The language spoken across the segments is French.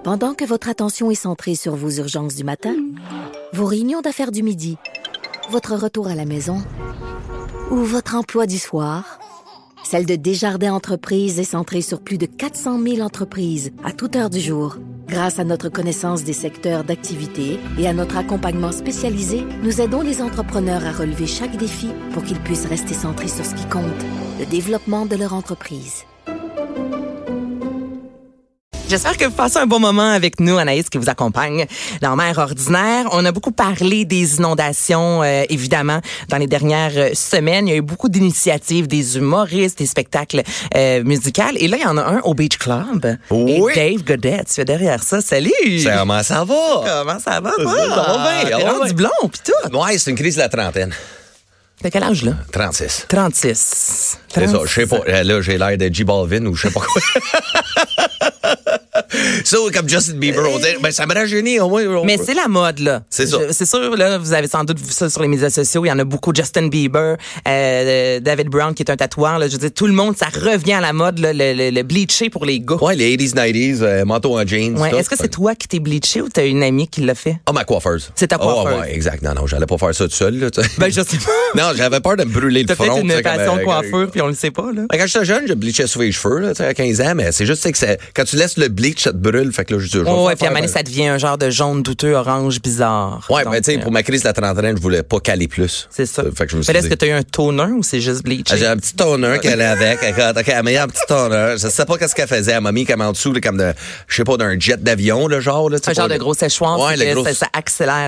Pendant que votre attention est centrée sur vos urgences du matin, vos réunions d'affaires du midi, votre retour à la maison ou votre emploi du soir, celle de Desjardins Entreprises est centrée sur plus de 400 000 entreprises à toute heure du jour. Grâce à notre connaissance des secteurs d'activité et à notre accompagnement spécialisé, nous aidons les entrepreneurs à relever chaque défi pour qu'ils puissent rester centrés sur ce qui compte, le développement de leur entreprise. J'espère que vous passez un bon moment avec nous, Anaïs, qui vous accompagne dans Mère ordinaire. On a beaucoup parlé des inondations, évidemment, dans les dernières semaines. Il y a eu beaucoup d'initiatives, des humoristes, des spectacles musicaux. Et là, il y en a un au Beach Club. Oui. Et Dave Godet, tu es derrière ça. Salut! Comment ça va? Comment ça va, Ça va bien, T'es ça va rendu bien. blond, pis tout. Ouais, c'est une crise de la trentaine. T'as quel âge, là? 36. 36. C'est ça, je sais pas. Là, j'ai l'air de J Balvin ou je sais pas quoi. Ça, comme Justin Bieber, on dit, ben, ça me rajeunit au moins. Mais c'est la mode, là. C'est ça. C'est sûr, là, vous avez sans doute vu ça sur les médias sociaux. Il y en a beaucoup. Justin Bieber, David Brown, qui est un tatoueur, là. Je veux dire, tout le monde, ça revient à la mode, là, le bleaché pour les gars. Ouais, les 80s, 90s, manteau en jeans. Ouais. tout. Est-ce que c'est toi qui t'es bleaché ou t'as une amie qui l'a fait? Ah, ma coiffeuse. C'est ta coiffeuse. Oh, ouais, exact. Non, j'allais pas faire ça tout seul, là, tu sais. Ben, je sais pas. Non, j'avais peur de me brûler le T'as front. peut-être une tu sais, passion comme, de coiffure, puis on le sait pas, là. Quand j'étais jeune, je bleachais souvent les cheveux, là, tu sais, à 15 ans, mais c'est juste tu sais, que quand tu laisses le bleach, ça te brûle. Fait que là, je Ouais, puis à un moment donné, ça devient un genre de jaune douteux, orange, bizarre. Ouais, Donc, mais tu sais, pour ma crise de la trentaine, je voulais pas caler plus. c'est ça. Fait que je me suis Mais là, est-ce dit- que t'as eu un toner ou c'est juste bleaché? J'ai un petit toner qu'elle avait avec. Elle a mis un petit toner. Je sais pas qu'est-ce qu'elle faisait. Elle m'a mis comme en dessous, là, comme de, je sais pas, d'un jet d'avion, le genre, là. Un genre de gros séchoir, Ouais, c'est le que gros- ça accélère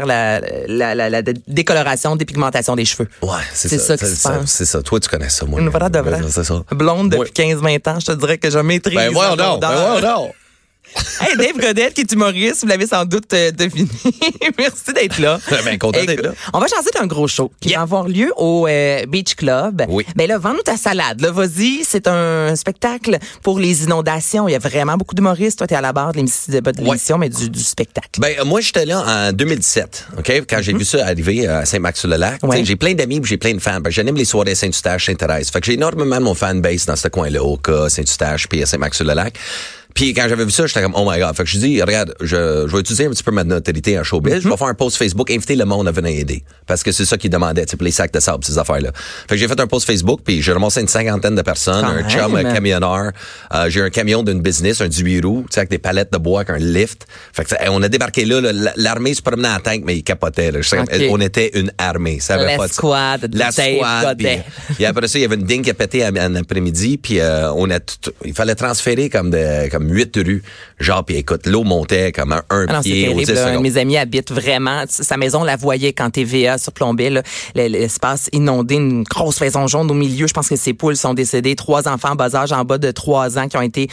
la décoloration, dépigmentation des cheveux. Ouais, C'est ça qui se passe. C'est ça. Toi, tu connais ça, moi. Une vraie de vrai. C'est ça. Blonde depuis Ouais. 15-20 ans, je te dirais que je maîtrise. Ben, voyons la donc. Ben, blondeur. voyons donc. Hey, Dave Godet, qui est humoriste, vous l'avez sans doute deviné. Merci d'être là. Ben, content d'être là. On va changer d'un gros show qui va avoir lieu au Beach Club. Oui. Ben là, vends-nous ta salade. Là, vas-y, c'est un spectacle pour les inondations. Il y a vraiment beaucoup d'humoristes. Toi, t'es à la barre de l'émission, mais du spectacle. Ben, moi, j'étais là en 2017, OK? Quand j'ai vu ça arriver à Saint-Max-sur-le-Lac. Ouais. Tu sais, j'ai plein d'amis puis j'ai plein de fans. Ben, j'aime les soirées Saint-Eustache, Sainte-Thérèse. Fait que j'ai énormément de mon fanbase dans ce coin-là, au cas Saint-Eustache puis à Saint-Max-sur-le-Lac. Puis quand j'avais vu ça, j'étais comme, oh my God. Fait que je dis, regarde, je vais utiliser un petit peu ma notoriété en showbiz. Je vais faire un post Facebook, inviter le monde à venir aider. Parce que c'est ça qu'ils demandaient, tu sais, pour les sacs de sable, ces affaires-là. Fait que j'ai fait un post Facebook, puis j'ai ramassé une 50aine de personnes, Quand un chum, même. un camionneur. J'ai un camion d'une business, un 18 roues, tu sais, avec des palettes de bois, avec un lift. Fait que on a débarqué là, l'armée se promenait en tank, mais ils capotaient, là. Okay. On était une armée. Ça avait pas de L'escouade de la Dave squad. Godet. Puis après ça, il y avait une dingue qui a pété en après-midi, puis il fallait transférer comme 8 rues. Genre, puis écoute, l'eau montait comme un Ah non, c'est pied aux 10 terrible. Là. Un de secondes. mes amis habite vraiment. Sa maison, on la voyait quand TVA surplombait là, l'espace inondé, une grosse maison jaune au milieu. Je pense que ses poules sont décédées. 3 enfants en bas âge, en bas de 3 ans, qui ont été...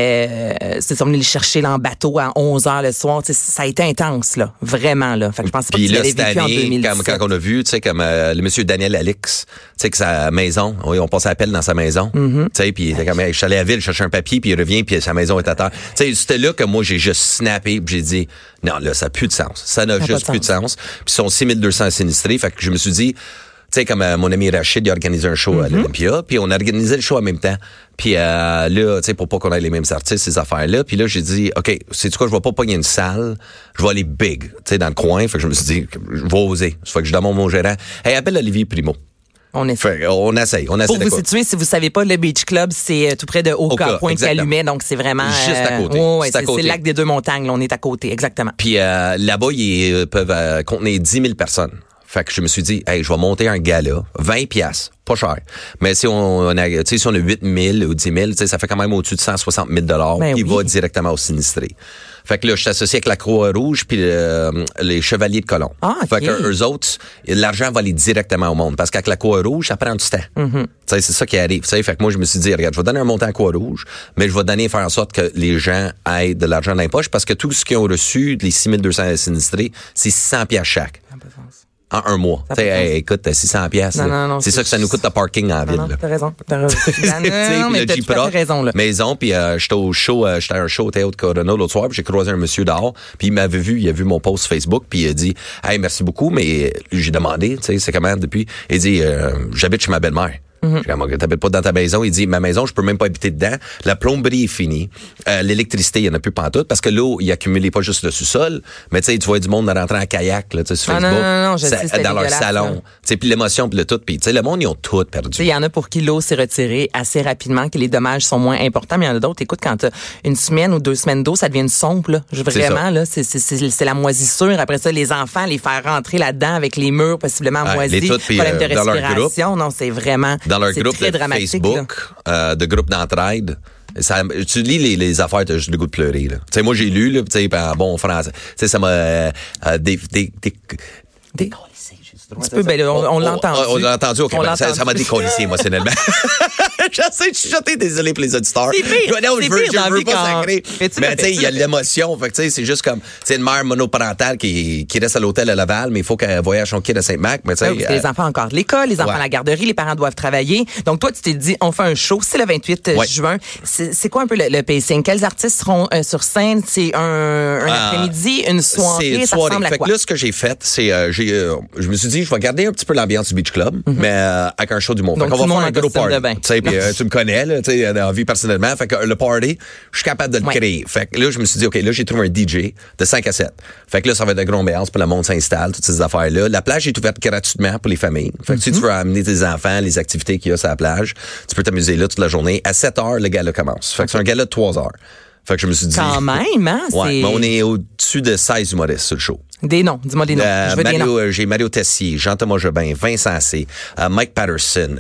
c'est venus les chercher là, en bateau à 11 heures le soir. T'sais, ça a été intense, là. Vraiment, là. Fait que je pense pas Puis que tu là, l'avais cette vécu en année, 2017. quand on a vu, tu sais, comme le monsieur Daniel Alix, tu sais, que sa maison, oui, on passe appel dans sa maison, tu sais, puis il était comme, hey, je suis allé à la ville chercher un papier, puis il revient, puis sa maison est à terre. Tu sais, c'était là que moi, j'ai juste snappé, puis j'ai dit, non, là, ça n'a plus de sens. Ça n'a juste plus de sens. Puis ils sont 6200 sinistrés, fait que je me suis dit, tu sais, comme mon ami Rachid, il a organisé un show à l'Olympia, puis on a organisé le show en même temps. Puis là, tu sais, pour pas qu'on ait les mêmes artistes, ces affaires-là. Puis là, j'ai dit, OK, sais-tu quoi, je vais pas pogner une salle, je vais aller big, tu sais, dans le coin. Fait que je me suis dit, je vais oser. Fait que je demande mon gérant, hey, appelle Olivier Primo. On essaie. Fait on essaye. Pour de vous quoi. situer, si vous savez pas, le Beach Club, c'est tout près de Oka, Oka, Pointe-Calumet, donc c'est vraiment... Juste à côté. Ouais, Juste à c'est côté. le lac des Deux Montagnes, là, on est à côté, exactement. Puis là-bas, ils peuvent contenir 10 000 personnes. Fait que je me suis dit, hey, je vais monter un gala, 20 piastres, pas cher. Mais si on a, tu sais, si on a 8 000 ou 10 000, tu sais, ça fait quand même au-dessus de 160 000 Ben qui oui. va directement aux sinistrés. Fait que là, je suis associé avec la Croix-Rouge puis les Chevaliers de Colomb. Ah, ok. Fait que eux autres, l'argent va aller directement au monde. Parce qu'avec la Croix-Rouge, ça prend du temps. Tu sais, c'est ça qui arrive. Tu sais, fait que moi, je me suis dit, regarde, je vais donner un montant à Croix-Rouge, mais je vais donner, faire en sorte que les gens aient de l'argent dans les poches parce que tout ce qu'ils ont reçu, les 6200 sinistrés, c'est 600 piastres chaque. En un mois. Tu sais, hey, écoute, 600 piastres. Non, c'est ça que ça nous coûte le parking en ville. Non, là. t'as raison. T'as raison. Non, mais le t'as Jeep tout à Rock, fait raison, là. maison, puis j'étais au show, j'étais à un show au Théâtre Corona l'autre soir, puis j'ai croisé un monsieur dehors, puis il m'avait vu, il a vu mon post Facebook, puis il a dit, hey, merci beaucoup, mais j'ai demandé, tu sais, c'est comment depuis? Il dit, j'habite chez ma belle-mère. T'habites pas dans ta maison. Il dit, ma maison, je peux même pas habiter dedans. La plomberie est finie. L'électricité, il y en a plus pantoute parce que l'eau, il accumulait pas juste le sous-sol, mais tu sais, tu vois du monde rentrer en kayak, là, sur Facebook. Non, je sais, dans leur salon. Tu sais, puis l'émotion, puis le tout. Puis, tu sais, le monde, ils ont tout perdu. Il y en a pour qui l'eau s'est retirée assez rapidement, que les dommages sont moins importants, mais il y en a d'autres. Écoute, quand t'as une semaine ou 2 semaines d'eau, ça devient une sombre, là. Vraiment, là, c'est la moisissure. Après ça, les enfants, les faire rentrer là-dedans avec les murs possiblement moisis, problème de respiration. Non, c'est vraiment, dans leur groupe très de dramatique, Facebook, de groupe d'entraide, tu lis les affaires, t'as juste le goût de pleurer, là. Tu sais, moi, j'ai lu, là, tu sais, en bon français. Tu sais, ça m'a, un petit peu, ben là, on l'a entendu. On l'a entendu, OK. Ça m'a décollissé émotionnellement. J'essaie de chuchoter, désolé pour les auditeurs. C'est pire. Non, je veux pas sacrer. Mais tu sais, il y a l'émotion. Fait que tu sais, c'est juste comme, c'est une mère monoparentale qui reste à l'hôtel à Laval, mais il faut qu'elle voyage son kid à Saint-Marc. Mais tu sais, les enfants encore de l'école, les enfants à la garderie, les parents doivent travailler. Donc toi, tu t'es dit, on fait un show. C'est le 28 juin. C'est quoi un peu le pacing? Quels artistes seront sur scène? C'est un après-midi, une soirée? C'est une ça soirée. ressemble à fait quoi? que là, ce que j'ai fait, c'est, je me suis dit, je vais garder un petit peu l'ambiance du Beach Club, mais avec un show d'humour. Donc, fait qu'on va faire un gros party. Tu sais, tu me connais, là, tu sais, en vie personnellement. Fait que le party, je suis capable de le créer. Fait que là, je me suis dit, OK, là, j'ai trouvé un DJ de 5 à 7. Fait que là, ça va être de grande ambiance, puis le monde s'installe, toutes ces affaires-là. La plage est ouverte gratuitement pour les familles. Fait que si tu veux amener tes enfants, les activités qu'il y a sur la plage, tu peux t'amuser là toute la journée. À 7 heures, le gala commence. Fait que c'est un gala de 3 heures. Fait que je me suis dit. Quand même, hein? Ouais, mais on est au-dessus de 16 humoristes sur le show. Des noms, dis-moi des noms. Je veux des noms. J'ai Mario Tessier, Jean-Thomas Jobin, Vincent C, Mike Patterson,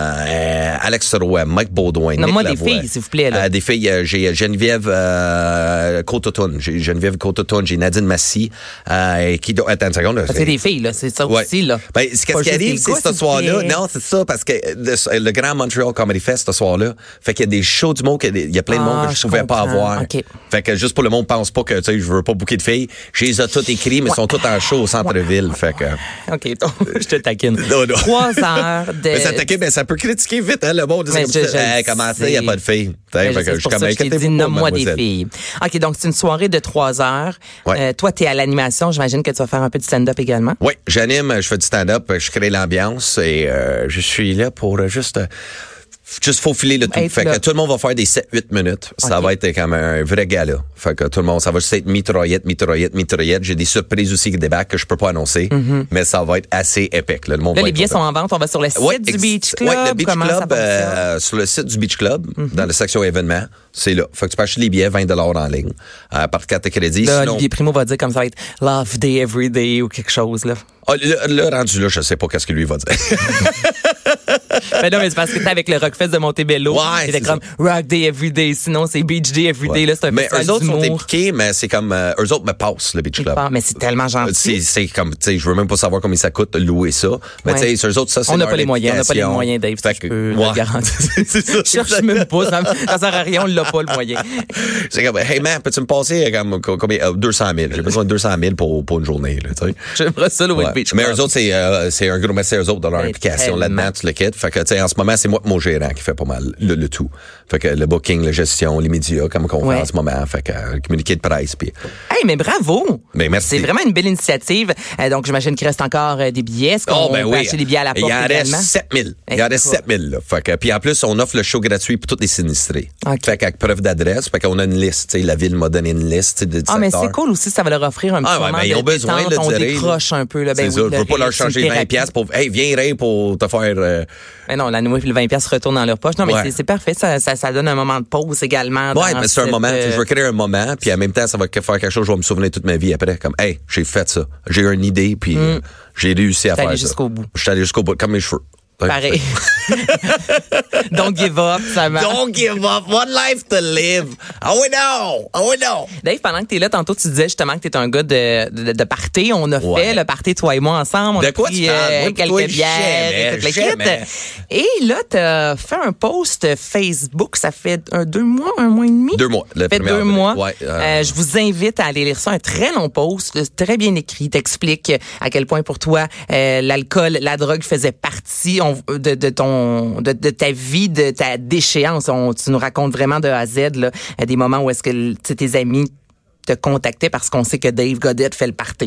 Alex Roy, Mike Baudouin, Nick Nomme-moi Lavoie. des filles, s'il vous plaît. Là. Des filles, j'ai Geneviève Côte-Automne, j'ai Nadine Massy, attends une seconde. C'est des filles, là, c'est ça aussi, là. Ben, ce qui arrive, c'est ce soir-là. Non, c'est ça, parce que le Grand Montreal Comedy Fest, ce soir-là, fait qu'il y a des shows du monde, il y a plein de monde que je pouvais pas avoir. Okay. Fait que juste pour le monde pense pas que, tu sais, je veux pas booker de filles. Je les ai toutes écrits, mais sont toutes en show au centre-ville. Fait que. OK, je te taquine. Non. 3 heures de. Mais ça taquine, mais ça peut critiquer vite, hein, le monde. Comment ça, il n'y a pas de filles? C'est pour ça que je t'ai dit, nomme-moi des filles. OK, donc c'est une soirée de 3 heures. Ouais. Toi, t'es à l'animation. J'imagine que tu vas faire un peu de stand-up également. Oui, j'anime, je fais du stand-up, je crée l'ambiance et je suis là pour juste faufiler le tout. Fait que tout le monde va faire des 7-8 minutes. Ça va être comme un vrai gala. Fait que tout le monde, ça va juste être mitraillette. J'ai des surprises aussi qui débarquent que je peux pas annoncer, mais ça va être assez épique. Là, les billets sont en vente. On va sur le site du Beach Club. Oui, le Beach Club, sur le site du Beach Club, dans la section événements, c'est là. Fait que tu peux acheter les billets $20 en ligne par carte de crédit. Là, Olivier Primo va dire comme ça va être Love Day Every Day ou quelque chose, là. Le rendu là, je sais pas qu'est-ce que lui va dire. Mais non, mais c'est parce que t'es avec le Rockfest de Montebello. Ouais, c'était comme Rock Day Every Day. Sinon, c'est Beach Day Every Day. Là, c'est un mais festival eux autres d'humour. sont impliqués, mais c'est comme eux autres me passent le Beach Club. Mais c'est tellement gentil. C'est comme, tu sais, je veux même pas savoir combien ça coûte louer ça. Mais tu sais, eux autres, ça, c'est on n'a pas les moyens. On n'a pas les moyens, Dave. Ça, je peux le garantir. C'est ça. Je cherche même pas. Ça sert à rien. On l'a pas le moyen. C'est comme, hey man, peux-tu me passer comme combien? 200 000. J'ai besoin de 200 000 pour une journée, là, tu sais. J'aimerais ça louer le Beach Club. Mais eux autres, c'est un gros métier, eux autres, dans leur implication là-dedans, tu le quittes. Fait que, tu sais, en ce moment, c'est moi mon gérant qui fait pas mal le tout. Fait que le booking, la gestion, les médias, comme on fait en ce moment. Fait que le communiqué de presse. Puis. Hey, mais bravo! Mais merci. C'est vraiment une belle initiative. Donc, j'imagine qu'il reste encore des billets. Est-ce qu'on peut acheter des billets à la porte également? Il en reste 7 000. Il en reste 7 000, là. Fait que, puis en plus, on offre le show gratuit pour tous les sinistrés. Okay. Fait qu'avec preuve d'adresse, fait qu'on a une liste. Tu sais, la ville m'a donné une liste de 17 mais c'est cool aussi, ça va leur offrir un petit moment de ils ont besoin détente, de on décroche un peu. Là, c'est ça, je veux pas leur changer 20$ pour, hey, viens, Ray, pour te faire... Mais non, la nouée puis le 20$ se retourne dans leur poche. Non, mais c'est parfait. Ça donne un moment de pause également. Oui, mais c'est un moment. Je veux créer un moment, puis en même temps, ça va faire quelque chose, je vais me souvenir toute ma vie après. Comme, hey, j'ai fait ça. J'ai eu une idée, puis j'ai réussi à faire ça. Allé jusqu'au bout. Je suis allé jusqu'au bout, comme mes cheveux. Pareil. Don't give up, ça marche. Don't give up. One life to live. Oh we know. Dave, pendant que t'es là, tantôt, tu disais justement que t'es un gars de party. On a fait le party, toi et moi, ensemble. On a pris quelques bières et toute l'équipe. Et là, t'as fait un post Facebook. Ça fait 2 mois, 1 mois et demi? 2 mois. Ça fait 2 mois. Ouais, je vous invite à aller lire ça. Un très long post, très bien écrit. T'expliques à quel point pour toi, l'alcool, la drogue faisait partie de ta vie, de ta déchéance. Tu nous racontes vraiment de A à Z là, des moments où est-ce que tes amis te contactaient parce qu'on sait que Dave Godette fait le party.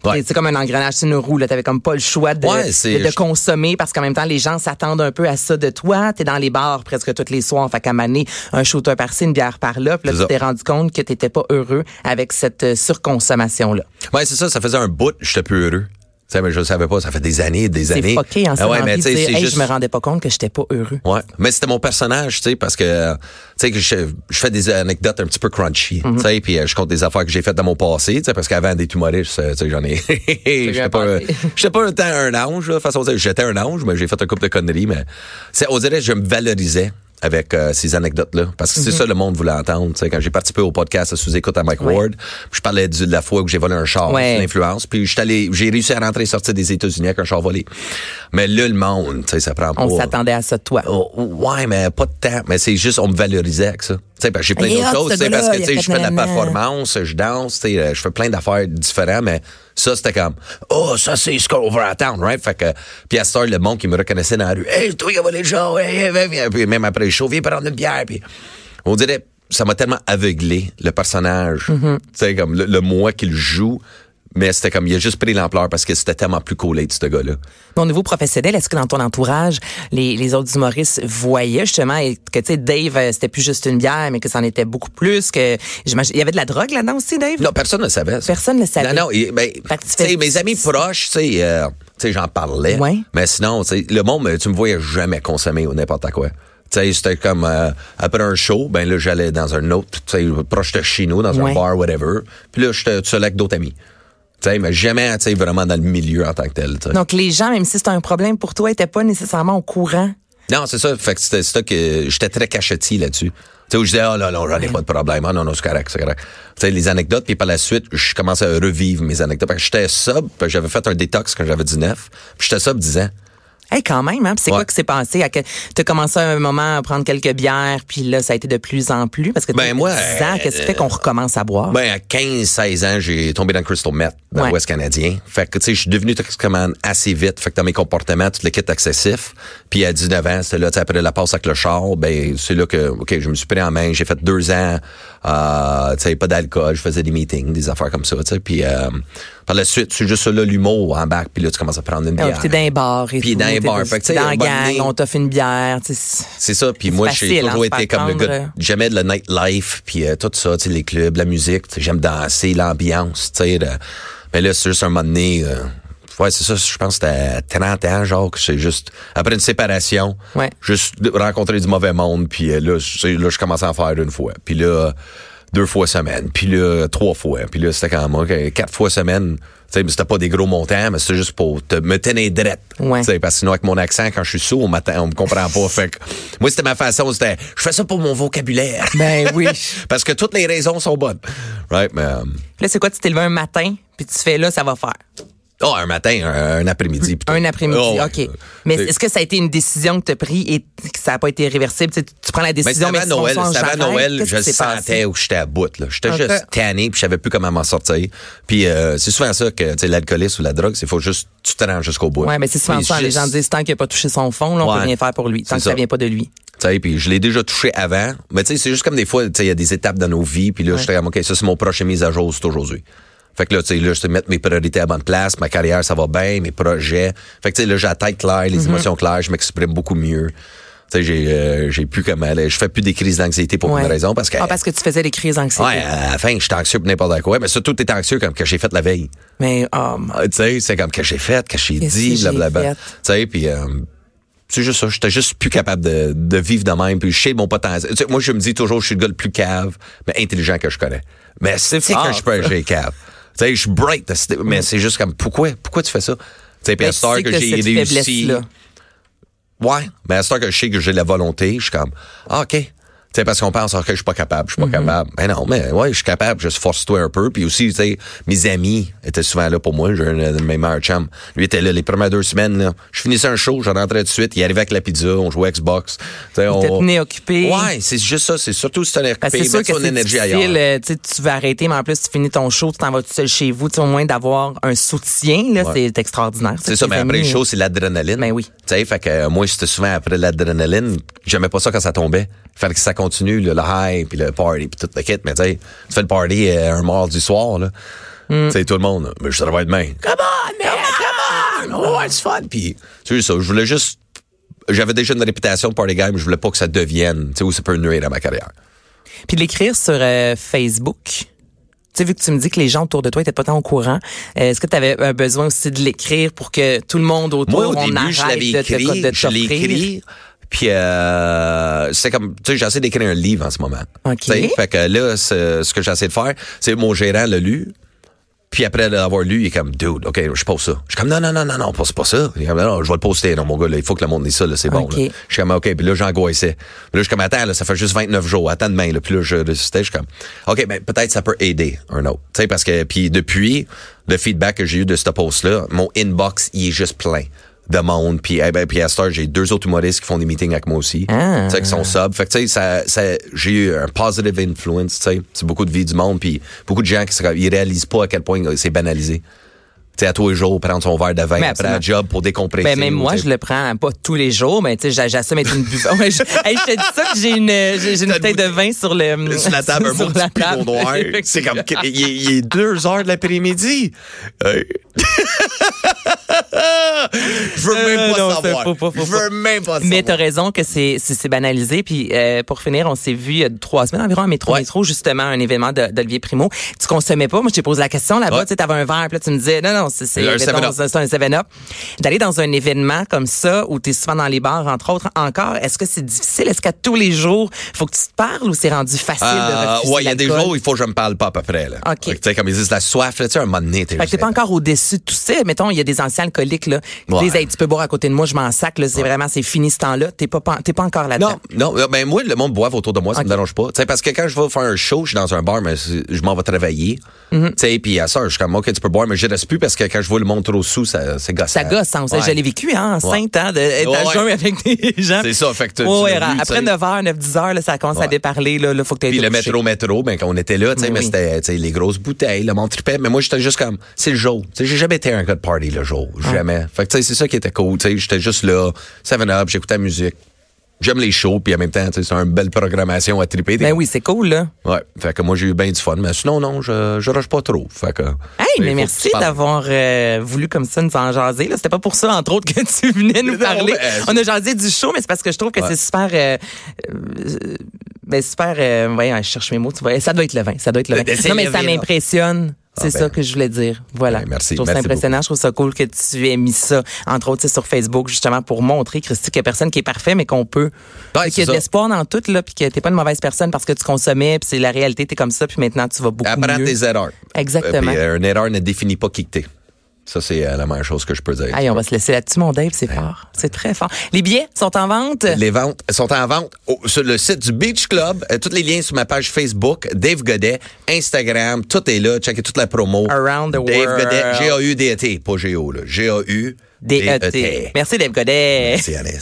Ouais. C'est comme un engrenage, c'est une roue. Tu n'avais comme pas le choix de consommer parce qu'en même temps, les gens s'attendent un peu à ça de toi. Tu es dans les bars presque tous les soirs. Fait qu'à maner, un shooter par-ci, une bière par-là. Puis là, tu t'es rendu compte que tu n'étais pas heureux avec cette surconsommation-là. Ouais, c'est ça. Ça faisait un bout, j'étais plus heureux. Tu sais, mais je le savais pas, ça fait des années. C'est fucké, hein, ça ouais, mais tu sais, juste... je me rendais pas compte que j'étais pas heureux. Ouais, mais c'était mon personnage, tu sais, parce que tu sais que je fais des anecdotes un petit peu crunchy, tu sais, puis je compte des affaires que j'ai faites dans mon passé, tu sais, parce qu'avant d'être humoriste, tu sais, j'en ai j'étais pas un ange, là, façon j'étais un ange, mais j'ai fait un couple de conneries, mais on dirait que je me valorisais avec ces anecdotes-là. Parce que c'est ça le monde voulait entendre. Tu sais, quand j'ai participé au podcast Sous-écoute à Mike Ward, je parlais de la fois où j'ai volé un char, l'influence, puis j'ai réussi à rentrer et sortir des États-Unis avec un char volé. Mais là, le monde, tu sais, ça prend pas... On s'attendait à ça de toi. Ouais, mais pas de temps. Mais c'est juste, on me valorisait avec ça. Tu sais, j'ai plein d'autres choses, tu sais, parce que, tu sais, je fais de la performance, je danse, tu sais, je fais plein d'affaires différentes, mais ça, c'était comme, ça, c'est Over à Town, right? Fait que, puis à cette heure, le monde qui me reconnaissait dans la rue, hey, toi, il a volé le char, hey, viens. Puis même après le show, viens prendre une bière, puis on dirait, ça m'a tellement aveuglé, le personnage, tu sais, comme le moi qui le joue. Mais c'était comme, il a juste pris l'ampleur parce que c'était tellement plus collé de ce gars-là. Au niveau professionnel, est-ce que dans ton entourage, les autres humoristes voyaient justement que, tu sais, Dave, c'était plus juste une bière, mais que c'en était beaucoup plus, que, il y avait de la drogue là-dedans aussi, Dave? Non, personne ne le savait. Ça. Personne ne le savait. Non, ben, tu sais, mes amis proches, tu sais, j'en parlais. Ouais. Mais sinon, tu sais, le monde, tu me voyais jamais consommer ou n'importe quoi. Tu sais, c'était comme, après un show, ben là, j'allais dans un autre, tu sais, proche de chez nous, dans un bar, whatever. Puis là, j'étais tout seul avec d'autres amis. T'sais, mais jamais, t'sais, vraiment dans le milieu en tant que tel. T'sais. Donc, les gens, même si c'était un problème pour toi, étaient pas nécessairement au courant. Non, c'est ça. Fait que c'était ça que j'étais très cachetier là-dessus. Tu sais, où je disais, non, j'en ai pas de problème. Ah, non, c'est correct. Tu sais, les anecdotes, puis par la suite, je commençais à revivre mes anecdotes. Parce que j'étais sobre, puis j'avais fait un détox quand j'avais 19. Puis j'étais sobre 10 ans. Hey, quand même, hein? Puis c'est quoi qui s'est passé? T'as commencé à un moment à prendre quelques bières, puis là, ça a été de plus en plus, parce que t'as 10 ans, qu'est-ce qui fait qu'on recommence à boire? Ben, à 15-16 ans, j'ai tombé dans le Crystal Meth, dans l'Ouest canadien. Fait que, tu sais, je suis devenu toxicomane assez vite. Fait que dans mes comportements, tout le kit excessif. Puis à 19 ans, c'était là, tu sais, après la passe avec le char, ben, c'est là que, OK, je me suis pris en main. J'ai fait 2 ans, tu sais, pas d'alcool. Je faisais des meetings, des affaires comme ça, tu sais. Puis, par la suite, c'est juste ça, là, l'humour en bac, puis là, tu commences à prendre une bière. T'es dans un bar et puis dans un bar. Fait que, dans la gang, on t'offre une bière. C'est ça, puis moi, j'ai toujours été comme le gars, j'aimais le nightlife, puis tout ça, tu sais, les clubs, la musique, j'aime danser, l'ambiance, tu sais. Mais là, c'est juste un moment donné... ouais, c'est ça, je pense que c'était à 30 ans, genre, que c'est juste, après une séparation, juste rencontrer du mauvais monde, puis là, je commençais à en faire une fois. Puis là, 2 fois semaine, puis là, 3 fois. Puis là, c'était quand même 4 fois semaine. Tu sais, c'était pas des gros montants, mais c'était juste pour me tenir drette. Ouais. Tu sais, parce que sinon, avec mon accent, quand je suis sourd, on me comprend pas. Fait que, moi, c'était ma façon, je fais ça pour mon vocabulaire. Ben oui. Parce que toutes les raisons sont bonnes. Right, mais... Là, c'est quoi, tu t'es levé un matin, puis tu fais là, ça va faire. Un matin, un après-midi. Plutôt. Un après-midi, OK. Mais est-ce que ça a été une décision que tu as prise et que ça n'a pas été réversible? Tu prends la décision, mais avant Noël, je le sentais où j'étais à bout. Là. J'étais juste tanné, puis je savais plus comment m'en sortir. Puis c'est souvent ça que l'alcoolisme ou la drogue, c'est faut juste tu te rends jusqu'au bout. Ouais, mais c'est souvent ça. Les gens disent tant qu'il n'a pas touché son fond, là, on peut rien faire pour lui. Tant que ça vient pas de lui. Tu sais, puis je l'ai déjà touché avant. Mais tu sais, c'est juste comme des fois, tu sais, il y a des étapes dans nos vies, puis là, j'étais comme, OK, ça c'est mon prochain mise à jour, c'est aujourd'hui. Fait que là, tu sais, là, je te mettre mes priorités à la bonne place, ma carrière, ça va bien, mes projets. Fait que tu sais, là, j'ai la tête claire, les émotions claires, je m'exprime beaucoup mieux. Tu sais, j'ai plus comme je fais plus des crises d'anxiété pour une raison parce que parce que tu faisais des crises d'anxiété. Ouais, à la fin, j'étais anxieux pour n'importe quoi, mais surtout t'es anxieux comme que j'ai fait la veille. Mais tu sais, c'est comme que j'ai fait, que j'ai dit, blablabla. Tu sais, puis c'est juste ça, j'étais juste plus capable de vivre de même, puis je sais mon potentiel. Tu sais, moi je me dis toujours je suis le gars le plus cave, mais intelligent que je connais. Mais c'est quand je peux j'ai cave. Tu sais, je suis bright, mais c'est juste comme pourquoi tu fais ça? Tu sais, puis à cette heure que j'ai réussi. Ouais, mais à cette heure que je sais que j'ai la volonté, je suis comme OK. Tu sais, parce qu'on pense que je suis pas capable, capable. Ben non, mais ouais, je suis capable, juste force-toi un peu. Puis aussi, tu sais, mes amis étaient souvent là pour moi. J'ai un de mes meilleurs chums. Lui était là les premières 2 semaines. Là. Je finissais un show, je rentrais tout de suite. Il arrivait avec la pizza, on jouait Xbox. Il t'a tenu occupé. Ouais, c'est juste ça. C'est surtout si t'es occupé, c'est sûr que son c'est énergie difficile, ailleurs. Tu vas arrêter, mais en plus, tu finis ton show, tu t'en vas tout seul chez vous. Au moins d'avoir un soutien, là, c'est extraordinaire. C'est ça, mais après le show, c'est l'adrénaline. Ben oui. Tu sais, fait que moi, c'était souvent après l'adrénaline. J'aimais pas ça quand ça tombait. Fallait que ça continue, le high, puis le party, puis tout le kit. Mais tu sais, tu fais le party un mardi soir, là. Tu sais, tout le monde, mais je travaille demain. Come on, man, come on. Oh, it's fun. Puis, tu sais, ça, je voulais juste, j'avais déjà une réputation de party guy, mais je voulais pas que ça devienne, tu sais, où ça peut nuire à ma carrière. Puis de l'écrire sur Facebook. Tu sais, vu que tu me dis que les gens autour de toi étaient pas tant au courant, est-ce que tu avais besoin aussi de l'écrire pour que tout le monde autour, moi, au on début, arrête je l'avais écrit, de je l'ai écrit. Puis c'est comme, tu sais, j'essaie d'écrire un livre en ce moment. OK. Tu sais, fait que là, ce que j'essaie de faire, c'est mon gérant l'a lu. Puis après l'avoir lu, il est comme, dude, OK, je pose ça. Je suis comme, non, poste pas ça. Il est comme, non, je vais le poster. Non, mon gars, là, il faut que le monde dise ça, là, c'est bon. Okay. Là. Je suis comme, OK, puis là, j'angoissais. Puis là, je suis comme, attends, là, ça fait juste 29 jours, attends demain, là. Puis là, je résistais, je suis comme, OK, ben, peut-être ça peut aider un autre. Tu sais, parce que, puis depuis, le feedback que j'ai eu de ce post-là, mon inbox, il est juste plein de monde. Puis à cette heure, j'ai 2 autres humoristes qui font des meetings avec moi aussi. Tu sais, qui sont sub. Fait que, tu sais, j'ai eu un positive influence, tu sais. C'est beaucoup de vie du monde, puis beaucoup de gens qui ils réalisent pas à quel point c'est banalisé. Tu sais, à tous les jours, prendre son verre de vin après un job pour décompresser. Ben, même moi, je le prends pas tous les jours, mais tu sais, j'assume être une buveuse. Ouais, je te dis ça que j'ai une bouteille de vin sur la table, un beau petit pinot noir. C'est comme, il est 2h de l'après-midi. Je veux même pas savoir. Je veux même pas savoir. Mais t'as raison que c'est banalisé. Puis pour finir, on s'est vu il y a 3 semaines environ à Métro, justement, un événement d'Olivier Primo. Tu consommais pas. Moi, je t'ai posé la question là-bas. Tu sais, t'avais un verre, puis là, tu me disais, non, c'est un 7-Up. D'aller dans un événement comme ça, où t'es souvent dans les bars, entre autres, encore, est-ce que c'est difficile? Est-ce qu'à tous les jours, faut que tu te parles ou c'est rendu facile de refuser ouais, il y a des jours où il faut que je me parle pas à peu près, là. OK. Tu sais, comme ils disent, la soif, là, tu sais, un moment donné, fait que t'es pas encore au-dessus de tout ça. Mettons, il y a des anciens alcooliques, là, qui disent, hey, tu peux boire à côté de moi, je m'en sac, là, c'est vraiment, c'est fini ce temps-là. T'es pas encore là-dedans. Non, ben, moi, le monde boive autour de moi, ça me dérange pas. Tu sais, parce que quand je vais faire un show, je suis dans un bar, mais je m'en vais travailler. Tu sais, puis à ça, je suis comme, OK, tu peux boire, mais je reste plus parce que quand je vois le monde trop sous, c'est gossant. Ça gosse, hein. Je l'ai vécu, hein, enceinte, hein, d'être à jeun avec des gens. C'est ça, fait que après 9h, 9-10h, là, ça commence à déparler, là, faut que tu aies. Puis le métro, ben, quand on était là, tu sais, mais c'était, tu sais, les grosses bouteilles, le monde tripait, mais moi, j'étais juste comme, c'est le jour. Tu sais, j'ai jamais été un gars de party le jour. Jamais. Fait que, tu sais, c'est ça qui était cool, tu sais, j'étais juste là, 7-Up, j'écoutais la musique. J'aime les shows, puis en même temps, tu sais, c'est une belle programmation à triper. Ben oui, c'est cool, là. Ouais. Fait que moi, j'ai eu bien du fun. Mais sinon, non, je rush pas trop. Fait que. Hey, mais merci d'avoir voulu comme ça nous en jaser, là. C'était pas pour ça, entre autres, que tu venais nous parler. On a jasé du show, mais c'est parce que je trouve que c'est super, voyons, je cherche mes mots, tu vois. Ça doit être le vin. Non, mais ça m'impressionne. C'est ça que je voulais dire. Voilà. Ben, merci. Je trouve ça impressionnant. Je trouve ça cool que tu aies mis ça, entre autres, sur Facebook, justement, pour montrer, Christy, qu'il y a personne qui est parfait, mais qu'on peut. Qu'il y a de l'espoir dans tout, là, puis que t'es pas une mauvaise personne parce que tu consommais, puis c'est la réalité, t'es comme ça, puis maintenant, tu vas beaucoup mieux. Apprends tes erreurs. Exactement. Puis une erreur ne définit pas qui que t'es. Ça, c'est la meilleure chose que je peux dire. Hey, on va se laisser là-dessus, mon Dave, c'est fort. C'est très fort. Les billets sont en vente? Les ventes sont en vente sur le site du Beach Club. Tous les liens sur ma page Facebook, Dave Godet, Instagram, tout est là. Checkez toute la promo. Around the Dave world. Godet, G-A-U-D-E-T, pas G-O, là. G-A-U-D-E-T. Merci, Dave Godet. Merci, Anaïs.